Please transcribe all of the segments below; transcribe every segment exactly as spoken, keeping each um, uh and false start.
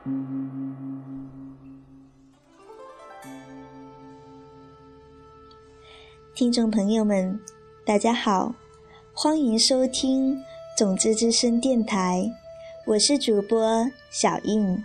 听众朋友们，大家好，欢迎收听种子之声电台，我是主播小印。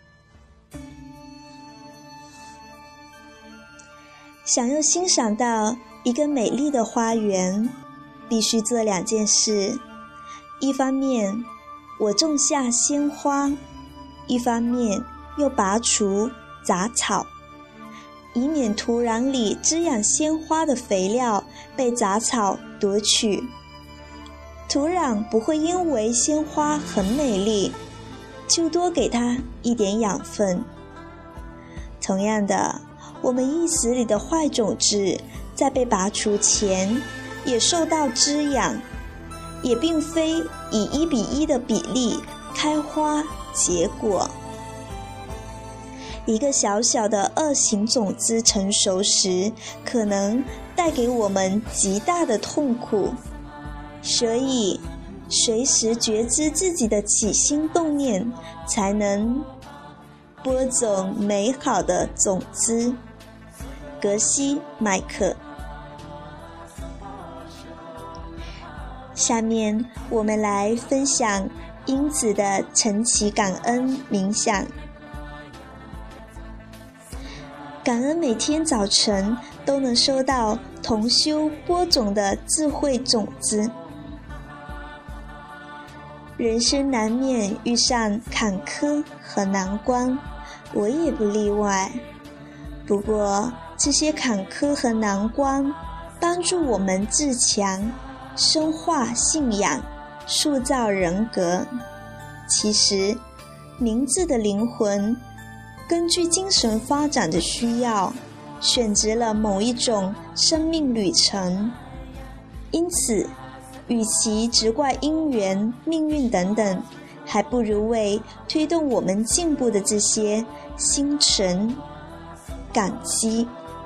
想要欣赏到一个美丽的花园，必须做两件事。一方面，我种下鲜花，一方面又拔除杂草，以免土壤里滋养鲜花的肥料被杂草夺取。土壤不会因为鲜花很美丽，就多给它一点养分。同样的，我们意识里的坏种子在被拔除前也受到滋养，也并非以一比一的比例开花结果。一个小小的恶行种子成熟时，可能带给我们极大的痛苦，所以随时觉知自己的起心动念，才能播种美好的种子。格西·麦克。下面我们来分享英子的晨起感恩冥想。感恩每天早晨都能收到同修播种的智慧种子。人生难免遇上坎坷和难关，我也不例外。不过这些坎坷和难关帮助我们自强，深化信仰，塑造人格。其实明智的灵魂根据精神发展的需要，选择了某一种生命旅程。因此与其责怪因缘、命运等等，还不如为推动我们进步的这些心存感激。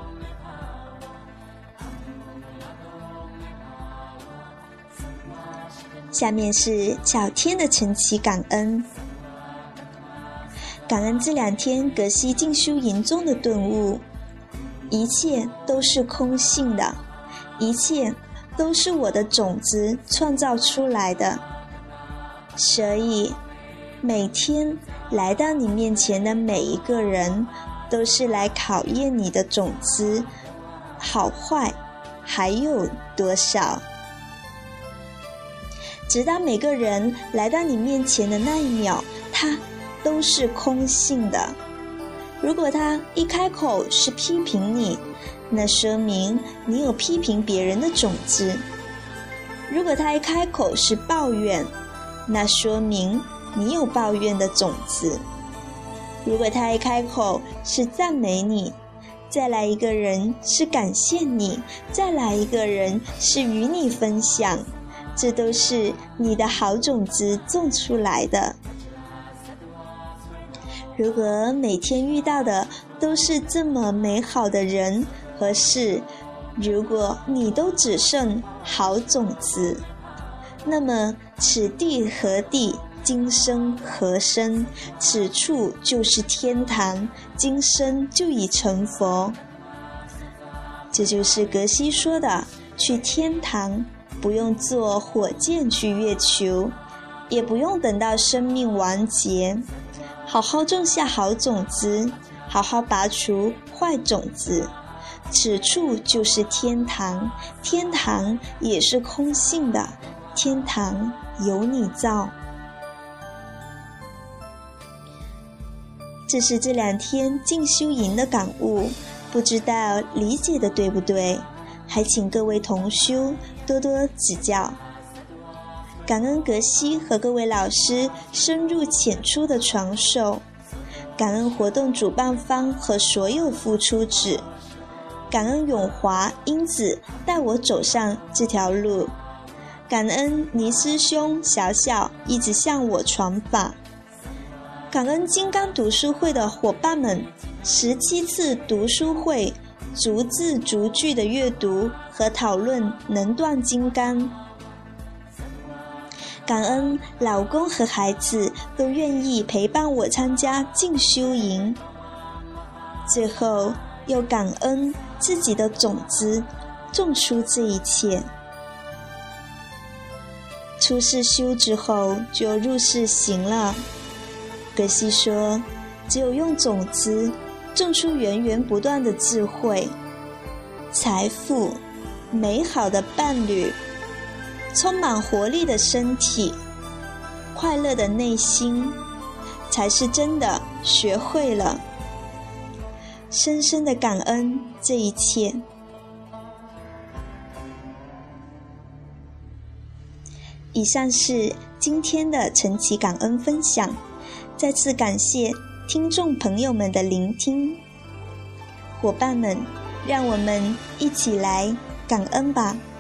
下面是小天的晨起感恩。感恩这两天格西静修营中的顿悟，一切都是空性的，一切都是我的种子创造出来的。所以每天来到你面前的每一个人，都是来考验你的种子好坏还有多少。直到每个人来到你面前的那一秒，他都是空性的。如果他一开口是批评你，那说明你有批评别人的种子；如果他一开口是抱怨，那说明你有抱怨的种子；如果他一开口是赞美你，再来一个人是感谢你，再来一个人是与你分享，这都是你的好种子种出来的。如果每天遇到的都是这么美好的人和事，如果你都只剩好种子，那么此地何地，今生何生，此处就是天堂，今生就已成佛。这就是格西说的，去天堂不用坐火箭去月球，也不用等到生命完结，好好种下好种子，好好拔除坏种子，此处就是天堂。天堂也是空性的，天堂由你造。这是这两天静修营的感悟，不知道理解的对不对，还请各位同修多多指教。感恩格西和各位老师深入浅出的传授，感恩活动主办方和所有付出者，感恩永华、英子带我走上这条路，感恩倪师兄、小小一直向我传法，感恩金刚读书会的伙伴们，十七次读书会逐字逐句的阅读和讨论能断金刚。 感恩老公和孩子都愿意陪伴我参加进修营，最后又感恩自己的种子种出这一切。出世修之后就入世行了。格西说，只有用种子种出源源不断的智慧、财富、美好的伴侣、充满活力的身体、快乐的内心，才是真的学会了。深深的感恩这一切。以上是今天的晨祈感恩分享，再次感谢听众朋友们的聆听。伙伴们，让我们一起来感恩吧。